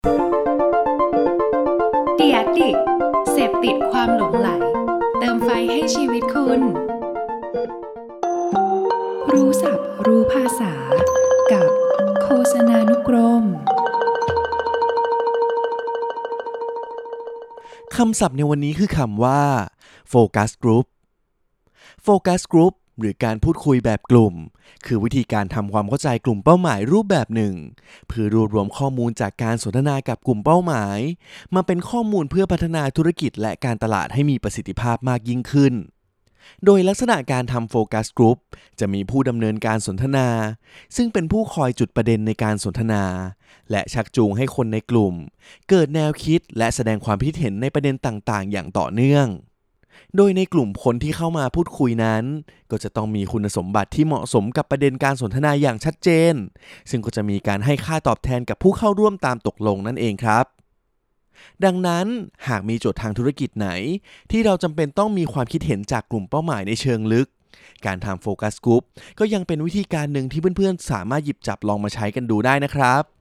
The Addict เสพติดความหลงใหลเติมไฟให้ชีวิตคุณรู้ศัพท์รู้ภาษากับโฆษณานุกรมคำศัพท์ในวันนี้คือคำว่า Focus Group Focus Group หรือการพูดคุยแบบกลุ่มคือวิธีการทำความเข้าใจกลุ่มเป้าหมายรูปแบบหนึ่งเพื่อรวบรวมข้อมูลจากการสนทนากับกลุ่มเป้าหมายมาเป็นข้อมูลเพื่อพัฒนาธุรกิจและการตลาดให้มีประสิทธิภาพมากยิ่งขึ้นโดยลักษณะการทำโฟกัสกรุ๊ปจะมีผู้ดำเนินการสนทนาซึ่งเป็นผู้คอยจุดประเด็นในการสนทนาและชักจูงให้คนในกลุ่มเกิดแนวคิดและแสดงความคิดเห็นในประเด็นต่างๆอย่างต่อเนื่องโดยในกลุ่มคนที่เข้ามาพูดคุยนั้นก็จะต้องมีคุณสมบัติที่เหมาะสมกับประเด็นการสนทนาอย่างชัดเจนซึ่งก็จะมีการให้ค่าตอบแทนกับผู้เข้าร่วมตามตกลงนั่นเองครับดังนั้นหากมีโจทย์ทางธุรกิจไหนที่เราจำเป็นต้องมีความคิดเห็นจากกลุ่มเป้าหมายในเชิงลึกการทำโฟกัสกรุ๊ปก็ยังเป็นวิธีการหนึ่งที่เพื่อนๆสามารถหยิบจับลองมาใช้กันดูได้นะครับ